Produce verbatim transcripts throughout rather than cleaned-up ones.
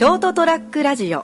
ショートトラックラジオ。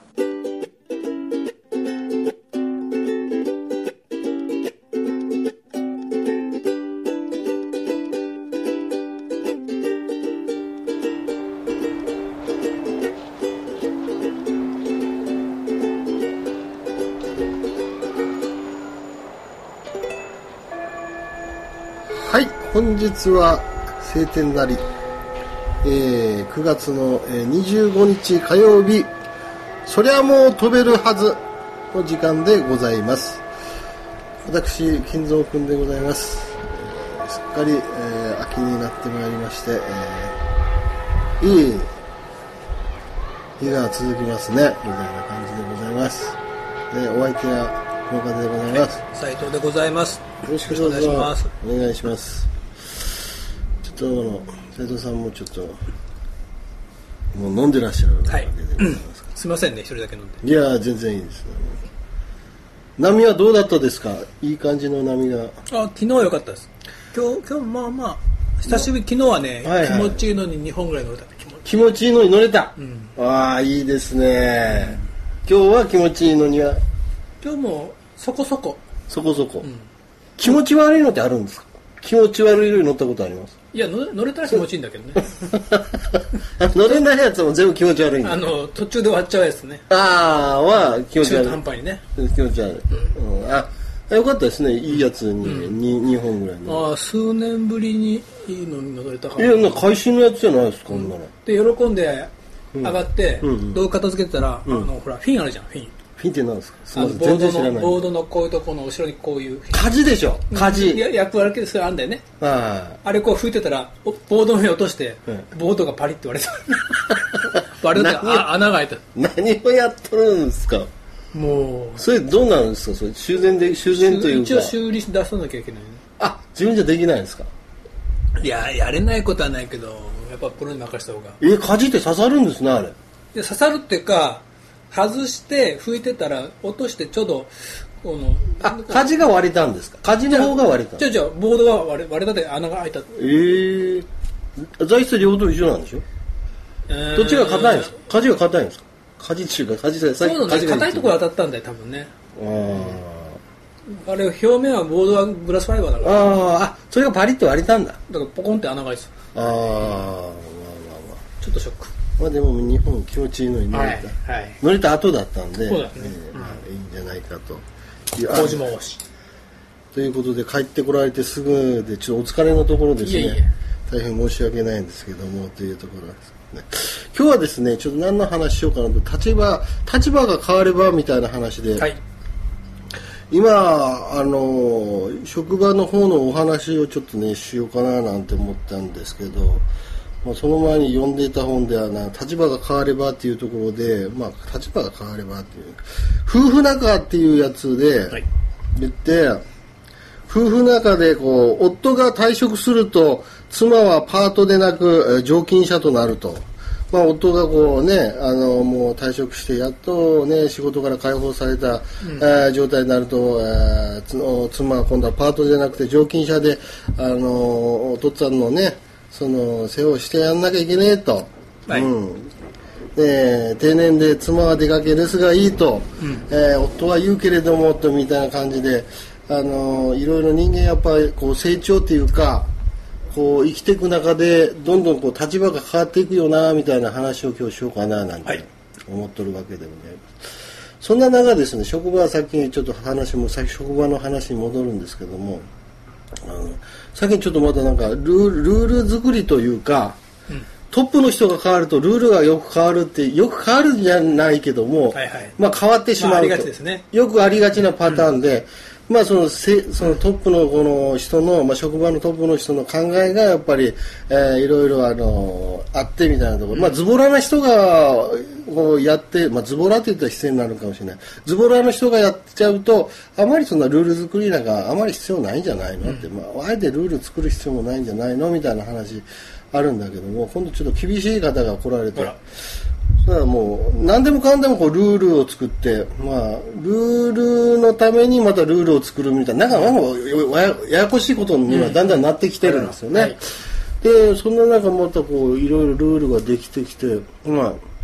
はい、本日は晴天なり、えー、くがつのにじゅうごにち火曜日、そりゃもう飛べるはずの時間でございます。私金蔵くんでございます。えー、すっかり、えー、秋になってまいりまして、えー、いい日が続きますねみたいな感じでございます。で、お相手はこの方でございます。 斉藤でございます。 よろしくどうぞお願いします。お願いします。ちょっとあの斉藤さんもちょっともう飲んでらっしゃるわけでございますか、 はい、すいませんね、一人だけ飲んで。 いや全然いいです。波はどうだったですか？いい感じの波が。 あ、昨日は良かったです。今日今日まあまあ久しぶり。昨日はね、はいはい、気持ちいいのににほんぐらい乗れた。 気持ちいいのに乗れた、 うん、 ああいいですね、うん、今日は気持ちいいのには今日もそこそこそこそこ、うん、気持ち悪いのってあるんですか？気持ち悪いのに乗ったことあります？ いや、乗れたら気持ちいいんだけどね乗れないやつも全部気持ち悪いんだ。 あの途中で終わっちゃうやつね。 ああは気持ち悪い。 中途半端にね。 気持ち悪い、うんうん、あよかったですね、いいやつに、うん、に, にほんぐらいの。 ああ数年ぶりにいいのに乗れたから。 いやな会心のやつじゃないですか、うん、 で喜んで上がって、うん、どう片付けてたら、うん、あのほらフィンあるじゃん、フィンフィンって何ですか？ すみません、全然知らない。ボードのこういうところの後ろにこういう舵でしょ、舵。 いや役割それあんだよね。ああれこう拭いてたらボードの上落として、うん、ボードがパリッて割れた割れたあ穴が開いた。 何をやっとるんですか？もうそれどうなるんですか？それ修繕で修繕というか一応修理出さなきゃいけないね。 あ自分じゃできないんですか？ いややれないことはないけどやっぱプロに任せた方が。 え舵って刺さるんですねあれ。 で刺さるっていうか外して拭いてたら落としてちょうどこのあ舵が割れたんですか？舵の方が割れた。 じゃあじゃあボードが割れ割れたで穴が開いた。 えー、材質両方一緒なんでしょ？えー、どっちが硬いんですか？舵が硬いんですか？舵っていうか舵でそうなんだ、硬いところ当たったんだよ多分ね。ああれ表面はボードはグラスファイバーだから。 ああそれがパリッと割れたんだ。 だからポコンって穴が開いてた。ああまあまあまあちょっとショック。 まあでも日本気持ちいいのに乗れた、はいはい、乗れた後だったんで、 そうだね、 えーうんまあ、いいんじゃないかと。 工事も多しということで帰ってこられてすぐでちょっとお疲れのところですね。いえいえ大変申し訳ないんですけどもというところですね。今日はですねちょっと何の話しようかなと立場立場が変わればみたいな話で、はい、今あの職場の方のお話をちょっとねしようかななんて思ったんですけど。まあ、その前に読んでいた本ではな立場が変わればっていうところで、まあ、立場が変わればっていう夫婦仲っていうやつで言って、はい、夫婦仲でこう夫が退職すると妻はパートでなく常勤者となると、まあ、夫がこうねあのもう退職してやっとね仕事から解放された、うんえー、状態になると、えー、妻は今度はパートじゃなくて常勤者であのお父っつぁんのねその世話をしてやんなきゃいけねえと、はいうんで定年で妻は出かけ留守がいいと、うんえー、夫は言うけれどもとみたいな感じで、あのいろいろ人間やっぱりこう成長っていうかこう生きていく中でどんどんこう立場が変わっていくよなみたいな話を今日しようかななんて思っとるわけでございます、はい、そんな中ですね職場は先にちょっと話も先職場の話に戻るんですけどもあの最近ちょっとまたなんかルール、ルール作りというか、うん、トップの人が変わるとルールがよく変わるってよく変わるんじゃないけども、はいはいまあ、変わってしまうと、まあ、ありがちですね、よくありがちなパターンで、うんまあ、そのせそのトップのこの人の、まあ、職場のトップの人の考えがやっぱり、えー、いろいろあのあってみたいなところ、うんまあ、ズボラな人がこうやって、まあ、ズボラって言ったら失礼になるかもしれないズボラの人がやっちゃうとあまりそんなルール作りなんかあまり必要ないんじゃないのって、うんまあ、あえてルール作る必要もないんじゃないのみたいな話あるんだけども今度ちょっと厳しい方が来られてだからもう何でもかんでもこうルールを作って、まあ、ルールのためにまたルールを作るみたいななんかやややこしいことにはだんだんなってきてるんですよね、うんはい、でそんな中またこういろいろルールができてきて、まあ、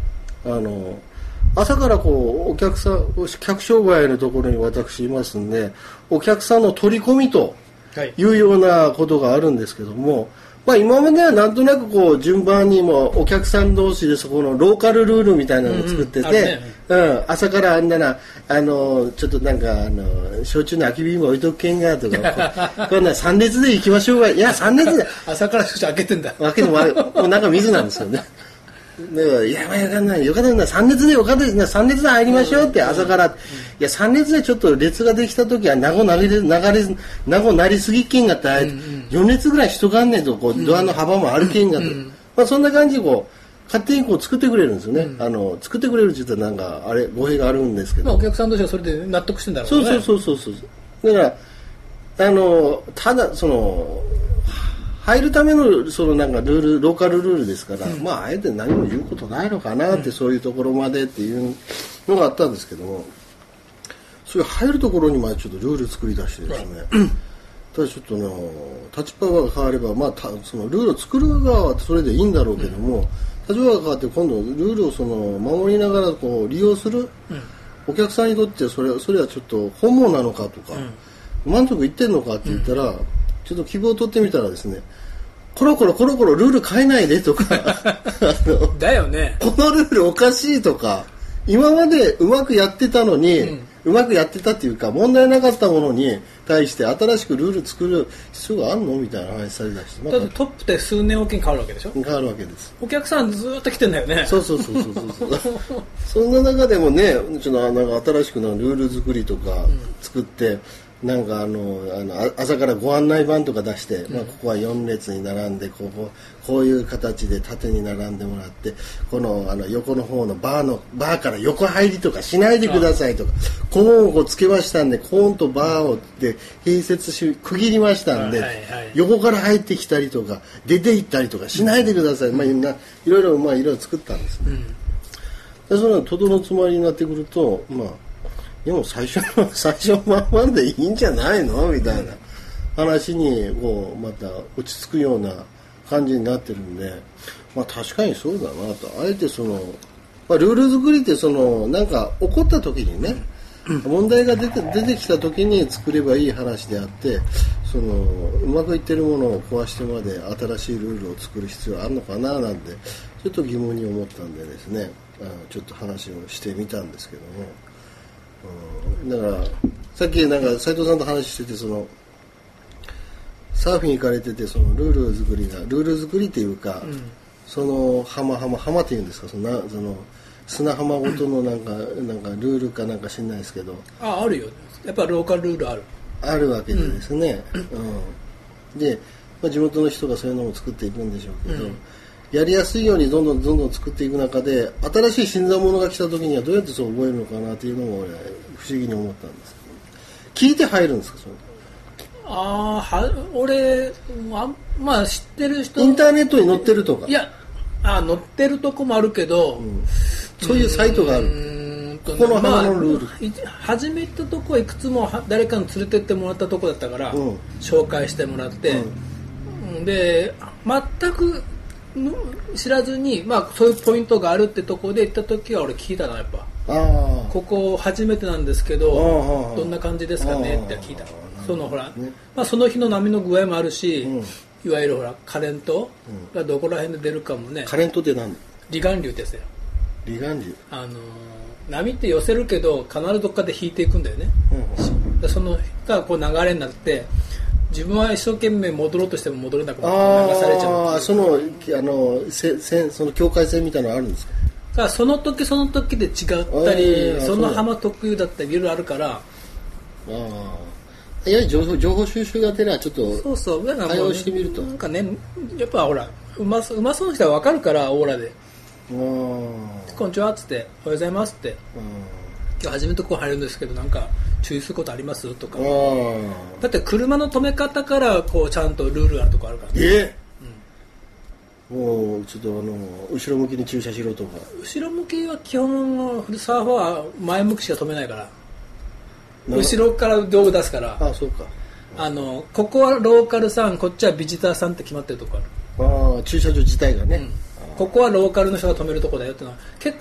あの朝からこうお客さん客商売のところに私いますんで、お客さんの取り込みというようなことがあるんですけども、まあ、今まではなんとなくこう順番にもお客さん同士でそこのローカルルールみたいなのを作ってて、うんうんね、うん、朝からあんななあのちょっとなんかあの焼酎の空き瓶も置いとくけんがとかこんなさん列で行きましょうが、いやさん列で朝から焼酎開けてんだ開けてももうなんか水なんですよね。だからいやまあよかんないよかったなさん列でよかったですねさん列で入りましょうって朝から、うんうん、いやさん列でちょっと列ができた時は名護なり流れ名護なりすぎけんがって、うんうん、よん列ぐらいしとかんねえとこうドアの幅もあるけんがと、うんうん、まあ、そんな感じでこう勝手にこう作ってくれるんですよね、うん、あの作ってくれるって言ったらなんかあれ語弊があるんですけど、 まあ、お客さんとしてはそれで納得してんだろうね。 そうそうそうそうそうだからあのただその入るためのそのなんかルールローカルルールですから、うん、まああえて何も言うことないのかなって、うん、そういうところまでっていうのがあったんですけども、そういう入るところにまあちょっとルール作り出してですね、うん、ただちょっとの立場が変わればまあたそのルールを作る側はそれでいいんだろうけども、うん、立場が変わって今度ルールをその守りながらこう利用する、うん、お客さんにとってそれそれはちょっと本望なのかとか、うん、満足いってんのかって言ったら、うん、ちょっと希望を取ってみたらですね、コロコロコロコロルール変えないでとかあのだよね、 このルールおかしいとか、今までうまくやってたのに、うん、うまくやってたっていうか問題なかったものに対して新しくルール作る必要があるのみたいな話されだして、 だってトップって数年おきに変わるわけでしょ。 変わるわけです。 お客さんずっと来てんだよね。 そうそうそうそうそうそうそんな中でもね、ちょっとなんか新しくなルール作りとか作って、うんなんかあのあの朝からご案内板とか出して、うんまあ、ここはよん列に並んでこここういう形で縦に並んでもらってこのあの横の方のバーのバーから横入りとかしないでくださいとかコーンをこうつけましたんでコーンとバーをで併設し区切りましたんで、はいはい、横から入ってきたりとか出て行ったりとかしないでください、うんまあ、いろいろまあいろいろ作ったんですね、うん、でそのとどのつまりになってくるとまあでも最初の最初まんまでいいんじゃないのみたいな話にこうまた落ち着くような感じになってるんで、まあ確かにそうだなと。あえてその、まあ、ルール作りってそのなんか起こった時にね、問題が出て出てきた時に作ればいい話であって、そのうまくいってるものを壊してまで新しいルールを作る必要あるのかななんてちょっと疑問に思ったんでですね、あのちょっと話をしてみたんですけども。うん、だからさっきなんか斉藤さんと話しててそのサーフィン行かれててそのルール作りがルール作りっていうか、うん、その浜浜浜っていうんですかそのその砂浜ごとのなんかなんかルールかなんか知んないですけどああるよやっぱローカルルールあるあるわけでですね、うんうん、で、まあ、地元の人がそういうのも作っていくんでしょうけど、うんやりやすいようにどんどんどんどん作っていく中で新しい新参者が来た時にはどうやってそう覚えるのかなっていうのも俺不思議に思ったんですけど聞いて入るんですかそれあは俺あまあ知ってる人インターネットに載ってるとかいやあ載ってるとこもあるけど、うん、 そういうサイトがあるうんここの花のルール、 まあ、初めたとこはいくつも誰かに連れてってもらったとこだったから、うん、紹介してもらって、うん、で全く知らずに、まあ、そういうポイントがあるってところで行った時は俺聞いたなやっぱあここ初めてなんですけどどんな感じですかねって聞いたそのほら、ねまあ、その日の波の具合もあるし、うん、いわゆるほらカレントがどこら辺で出るかもね、うん、 カレントって何離岸流ですよ離岸流あの波って寄せるけど必ずどっかで引いていくんだよね、うん、でそのがこう流れになって自分は一生懸命戻ろうとしても戻れなくなって流されちゃう。ああ、 そのあのせせその境界線みたいなのあるんですか。 だからその時その時で違ったり、その浜特有だったりいろいろあるから。ああ、いや情報情報収集がてらちょっとそうそう対応してみると。 なんかね、やっぱほらうまうまそうな人は分かるからオーラで。あこんにちはっつっておはようございますって。今日初めてとこ入るんですけどなんか注意することありますとかだって車の止め方からこうちゃんとルールあるとこあるからねえーうん、もうちょっとあの後ろ向きに駐車しろとか後ろ向きは基本サーファーは前向きしか止めないから後ろから道具出すからああそうかあのここはローカルさんこっちはビジターさんって決まってるとこあるああ駐車場自体がね、うん、 ここはローカルの人が止めるとこだよってのは結構多い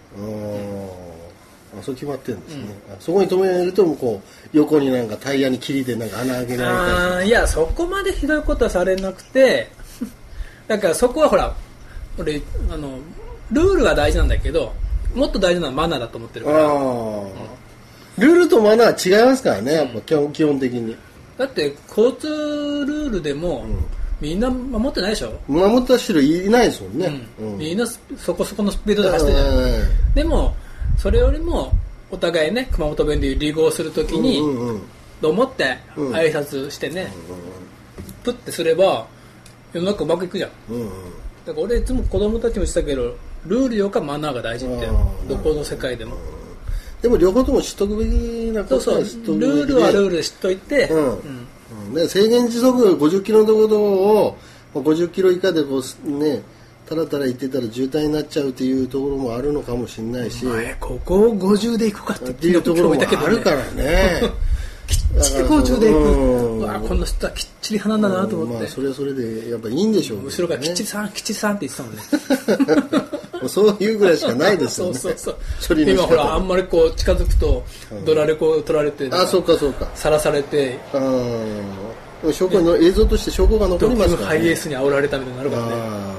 あそう決まってるんですね、うん、そこに止めるとこう横になんかタイヤに切りでなんか穴開けられたり。あいやそこまでひどいことはされなくてだからそこはほら俺あのルールが大事なんだけどもっと大事なのはマナーだと思ってるから。あ、うん、 ルールとマナーは違いますからね、やっぱ基本、基本的に。 だって交通ルールでも、うん、みんな守ってないでしょ。 守った人いないですもんね、 うんうん、みんなそこそこのスピードで走ってるじゃん。でもそれよりもお互いね熊本弁で離合するときに、うんうんうん、どう思って挨拶してね、うんうんうん、プッてすれば世の中うまくいくじゃん、うんうん、だから俺いつも子供たちも言ってたけどルールよかマナーが大事ってどこの世界でも。 でも両方とも知っとくべきなことは知っとくべきで、 ルールはルールで知っといて、うんうん、で制限時速ごじゅっキロのところをごじゅっキロ以下でこうねたらたら行ってたら渋滞になっちゃうっていうところもあるのかもしれないし、 ここをごじゅうで行くかっていうところもあるからねきっちりごじゅうで行く、うわこの人はきっちり派なんだなと思って、うんまあ、 それはそれでやっぱいいんでしょうね。 後ろからきっちりさんきっちりさんって言ってたもんねそういうぐらいしかないですよねそうそうそう今ほらあんまりこう近づくとドラレコ取られて、 うん、あそうかそうかさらされてうん証拠の映像として証拠が残りますからね。 ハイエースに煽られたみたいになるからね。あそうそうそう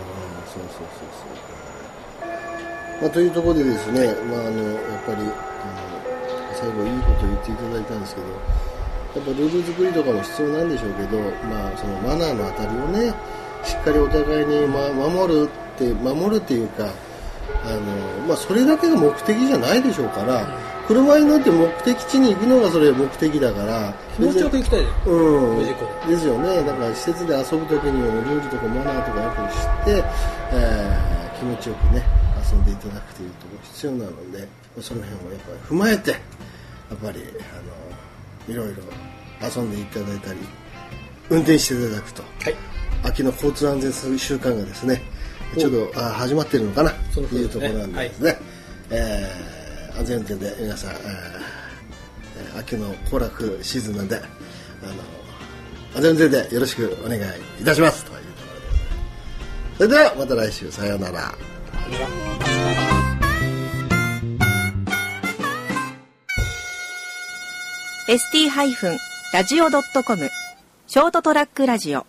そう、まあ、というところでですね、まあ、あのやっぱりあの最後いいこと言っていただいたんですけどやっぱルール作りとかも必要なんでしょうけど、まあ、そのマナーのあたりをねしっかりお互いに、ま、守るって守るっていうかあの、まあ、それだけが目的じゃないでしょうから、うん、車に乗って目的地に行くのがそれ目的だから気持ちよく行きたいです、 うん、ですよね。だから施設で遊ぶ時にもルールとかマナーとかよく知って、えー、気持ちよくね遊んでいただくというところ必要なのでその辺をやっぱり踏まえてやっぱりあのいろいろ遊んでいただいたり運転していただくと、はい、秋の交通安全週間がですねちょうどあ始まっているのかなというところなんですね、はいえー、安全運転で皆さん、えー、秋の行楽シーズンなんであの安全運転でよろしくお願いいたしますというところでそれではまた来週さようなら。 エスティー ラジオ ドットコム ショートトラックラジオ